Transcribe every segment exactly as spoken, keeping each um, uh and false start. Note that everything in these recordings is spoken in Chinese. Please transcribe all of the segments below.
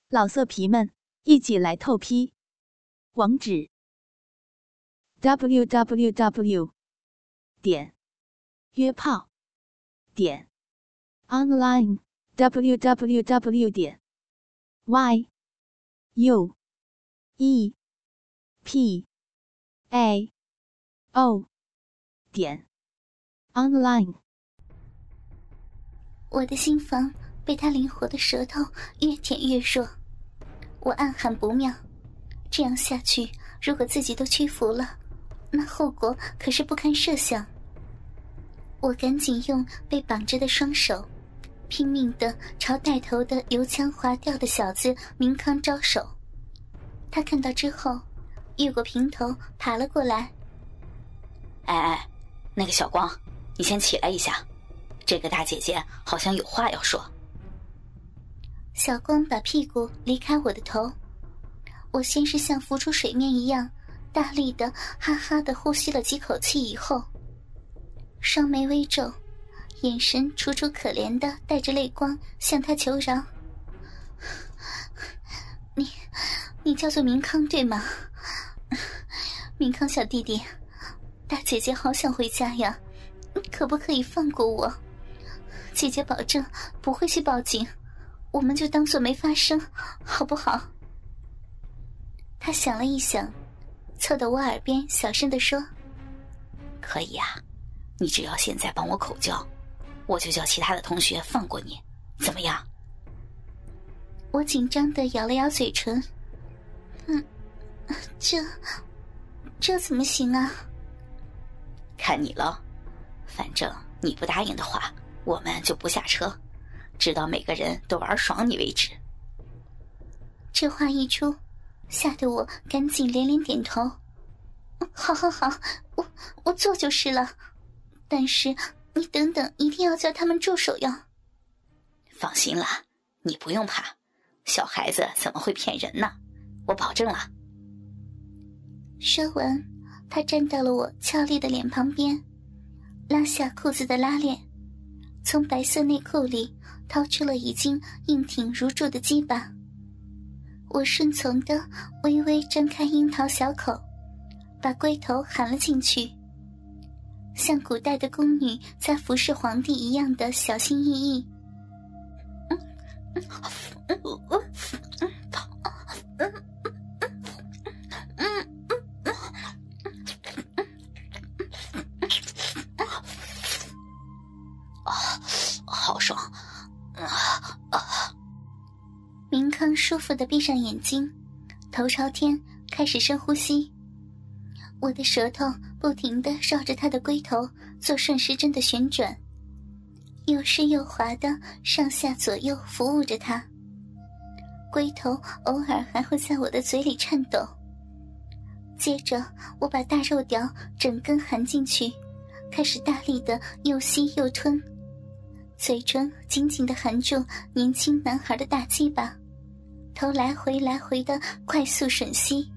老色皮们，一起来透批！网址 ：double u double u double u 点约炮点 online double u double u double u 点 y u e p a o 点 online。 我的心房被他灵活的舌头越舔越弱，我暗喊不妙，这样下去，如果自己都屈服了，那后果可是不堪设想。我赶紧用被绑着的双手，拼命地朝带头的油腔滑调的小子明康招手。他看到之后，越过平头爬了过来。 哎哎，那个小光，你先起来一下，这个大姐姐好像有话要说。 小光把屁股离开我的头，我先是像浮出水面一样大力的哈哈的呼吸了几口气以后，双眉微皱，眼神楚楚可怜的带着泪光向他求饶。你你叫做明康对吗？明康小弟弟，大姐姐好想回家呀，可不可以放过我？姐姐保证不会去报警，我们就当作没发生，好不好？他想了一想，凑到我耳边小声地说： 可以啊，你只要现在帮我口交，我就叫其他的同学放过你，怎么样？ 我紧张地咬了咬嘴唇，嗯，这这怎么行啊？ 看你了，反正你不答应的话，我们就不下车，直到每个人都玩爽你为止。 这话一出，吓得我赶紧连连点头。好好好，我我做就是了。但是你等等，一定要叫他们住手哟。 放心啦，你不用怕，小孩子怎么会骗人呢？我保证了。 说完，他站到了我俏丽的脸旁边，拉下裤子的拉链，从白色内裤里掏出了已经硬挺如柱的鸡巴。我顺从地微微张开樱桃小口，把龟头含了进去，像古代的宫女在服侍皇帝一样的小心翼翼。 好爽啊！ 明康舒服地闭上眼睛，头朝天开始深呼吸。我的舌头不停地绕着他的龟头做顺时针的旋转，又湿又滑地上下左右服务着他。龟头偶尔还会在我的嘴里颤抖。接着我把大肉屌整根含进去，开始大力地又吸又吞，嘴唇紧紧地含住年轻男孩的大鸡巴，头来回来回的快速吮吸。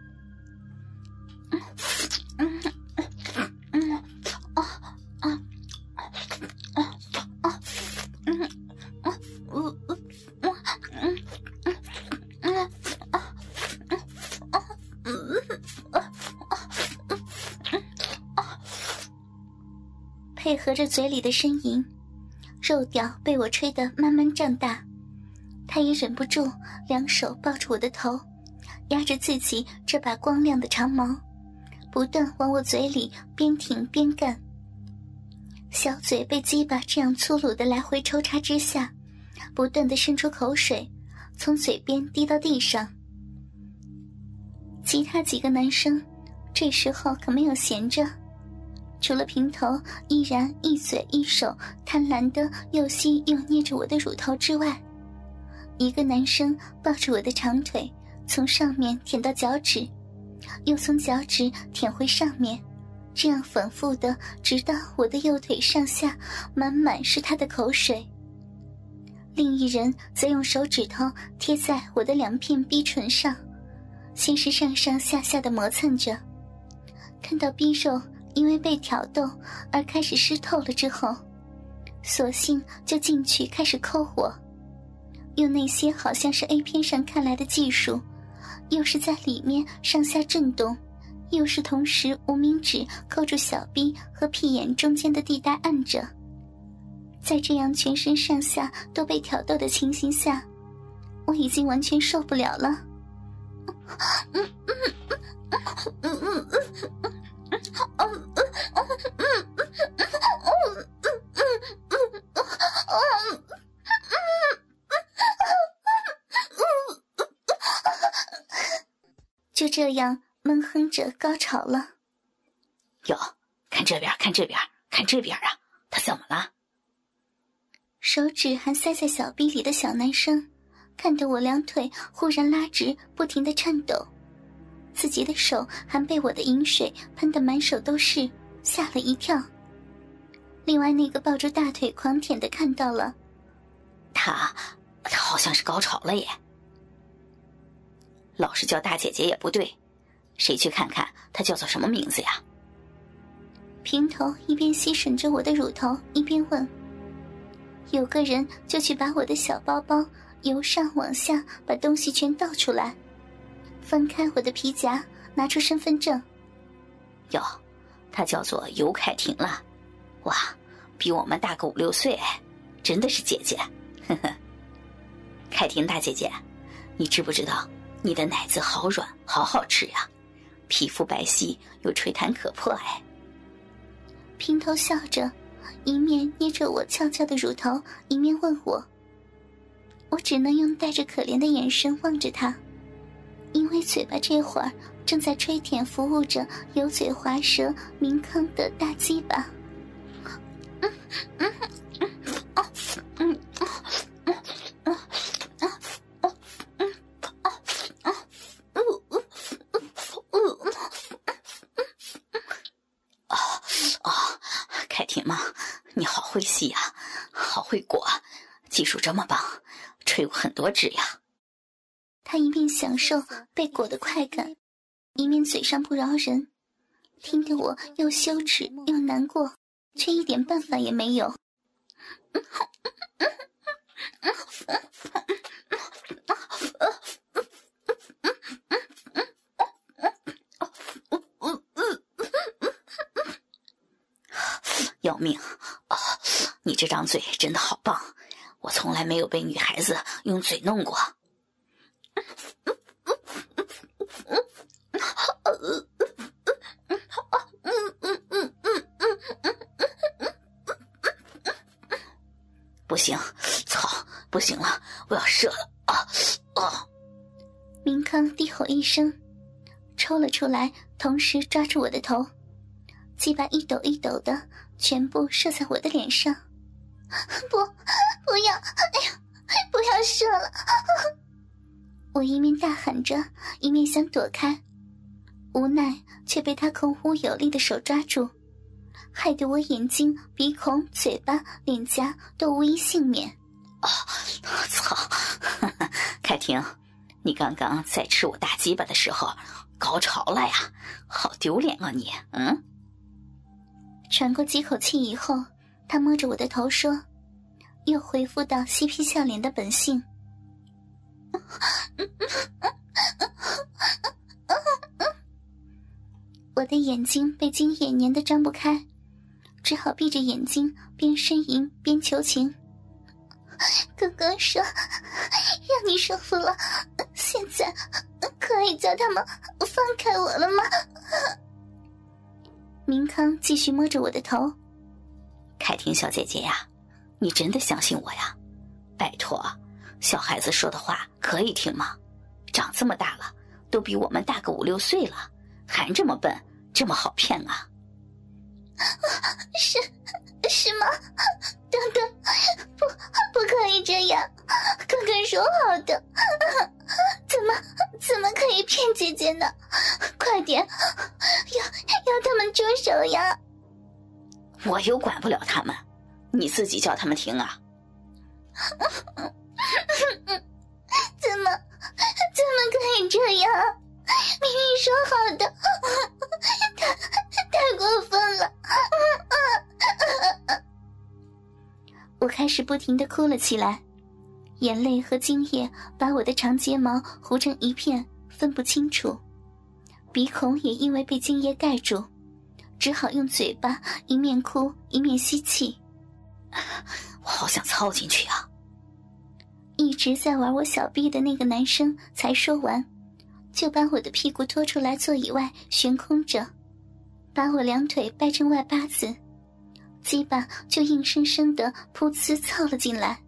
配合着嘴里的呻吟，肉屌被我吹得慢慢胀大，他也忍不住两手抱住我的头，压着自己这把光亮的长毛，不断往我嘴里边挺边干。小嘴被鸡巴这样粗鲁的来回抽插之下，不断地渗出口水，从嘴边滴到地上。其他几个男生这时候可没有闲着，除了平头依然一嘴一手贪婪地又吸又捏着我的乳头之外，一个男生抱住我的长腿，从上面舔到脚趾，又从脚趾舔回上面，这样反复的，直到我的右腿上下满满是他的口水。另一人则用手指头贴在我的两片逼唇上，先是上上下下的磨蹭着，看到逼肉因为被挑逗而开始湿透了之后，索性就进去开始抠我， 用那些好像是 A 片上看来的技术，又是在里面上下震动，又是同时无名指扣住小臂和屁眼中间的地带按着。在这样全身上下都被挑逗的情形下，我已经完全受不了了。嗯嗯嗯嗯嗯嗯就这样闷哼着高潮了。 哟，看这边，看这边，看这边啊！他怎么了？ 手指还塞在小臂里的小男生，看得我两腿忽然拉直，不停地颤抖，自己的手还被我的饮水喷得满手都是，吓了一跳。另外那个抱住大腿狂舔的看到了， 他他好像是高潮了耶。老是叫大姐姐也不对，谁去看看她叫做什么名字呀？ 平头一边吸吮着我的乳头一边问。有个人就去把我的小包包由上往下把东西全倒出来，翻开我的皮夹，拿出身份证。 哟，她叫做尤凯婷了，哇，比我们大个五六岁，真的是姐姐。呵呵，凯婷大姐姐，你知不知道你的奶子好软好好吃呀，皮肤白皙又吹弹可破哎。 平头笑着，一面捏着我翘翘的乳头，一面问我。我只能用带着可怜的眼神望着他，因为嘴巴这会儿正在吹舔服务着油嘴滑舌明康的大鸡巴。嗯嗯嗯哦嗯凯婷嘛，你好会吸呀，好会裹，技术这么棒，吹过很多支呀。 他一面享受被裹的快感，一面嘴上不饶人，听得我又羞耻又难过，却一点办法也没有。 要命啊！你这张嘴真的好棒，我从来没有被女孩子用嘴弄过。不行，操，不行了，我要射了啊！啊！ 明康低吼一声，抽了出来，同时抓住我的头，鸡巴一抖一抖的全部射在我的脸上。不，不要，哎呀，不要射了！我一面大喊着，一面想躲开，无奈却被他孔武有力的手抓住，害得我眼睛、鼻孔、嘴巴、脸颊都无一幸免。 哦，操！凯婷，你刚刚在吃我大鸡巴的时候高潮了呀，好丢脸啊你！嗯。 喘过几口气以后，他摸着我的头说，又恢复到嬉皮笑脸的本性。我的眼睛被精液粘得张不开，只好闭着眼睛边呻吟边求情。哥哥说让你舒服了，现在可以叫他们放开我了吗？明康继续摸着我的头。 凯婷小姐姐呀，你真的相信我呀？拜托，小孩子说的话可以听吗？长这么大了，都比我们大个五六岁了，还这么笨，这么好骗啊？ 是是吗？等等，不不可以这样，哥哥说好的，怎么怎么可以骗姐姐呢？快点，要要他们住手呀！ 我又管不了他们，你自己叫他们停啊！ 怎么怎么可以这样？明明说好的，太太过分了！我开始不停地哭了起来， 眼泪和精液把我的长睫毛糊成一片，分不清楚，鼻孔也因为被精液盖住，只好用嘴巴一面哭一面吸气。 我好想操进去啊！ 一直在玩我小臂的那个男生才说完，就把我的屁股拖出来座椅外悬空着，把我两腿掰成外八字，鸡巴就硬生生地噗呲操了进来。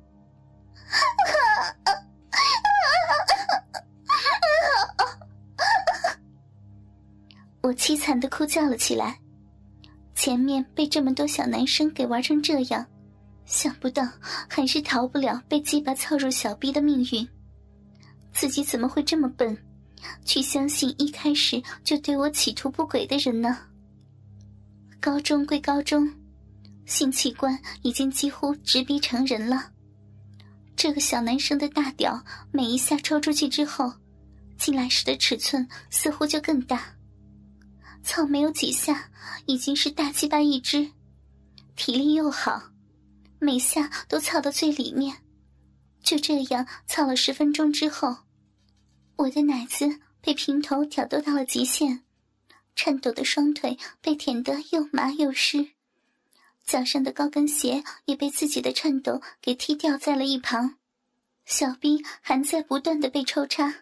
我凄惨地哭叫了起来，前面被这么多小男生给玩成这样，想不到还是逃不了被鸡巴操入小臂的命运。自己怎么会这么笨，去相信一开始就对我企图不轨的人呢？高中归高中，性器官已经几乎直逼成人了。这个小男生的大屌每一下抽出去之后，进来时的尺寸似乎就更大。操没有几下，已经是大鸡巴一只，体力又好，每下都操到最里面。就这样操了十分钟之后，我的奶子被平头挑逗到了极限，颤抖的双腿被舔得又麻又湿，脚上的高跟鞋也被自己的颤抖给踢掉在了一旁，小臂还在不断地被抽插。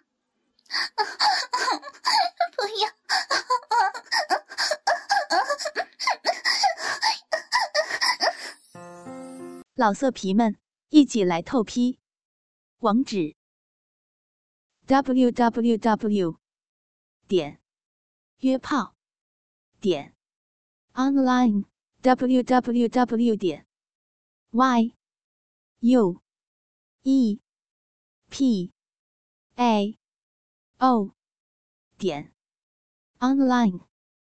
不要！ 老色皮们，一起来透批！网址 ：double-u double-u double-u 点约炮点 online double-u double-u double-u 点 y u e p a o 点 online。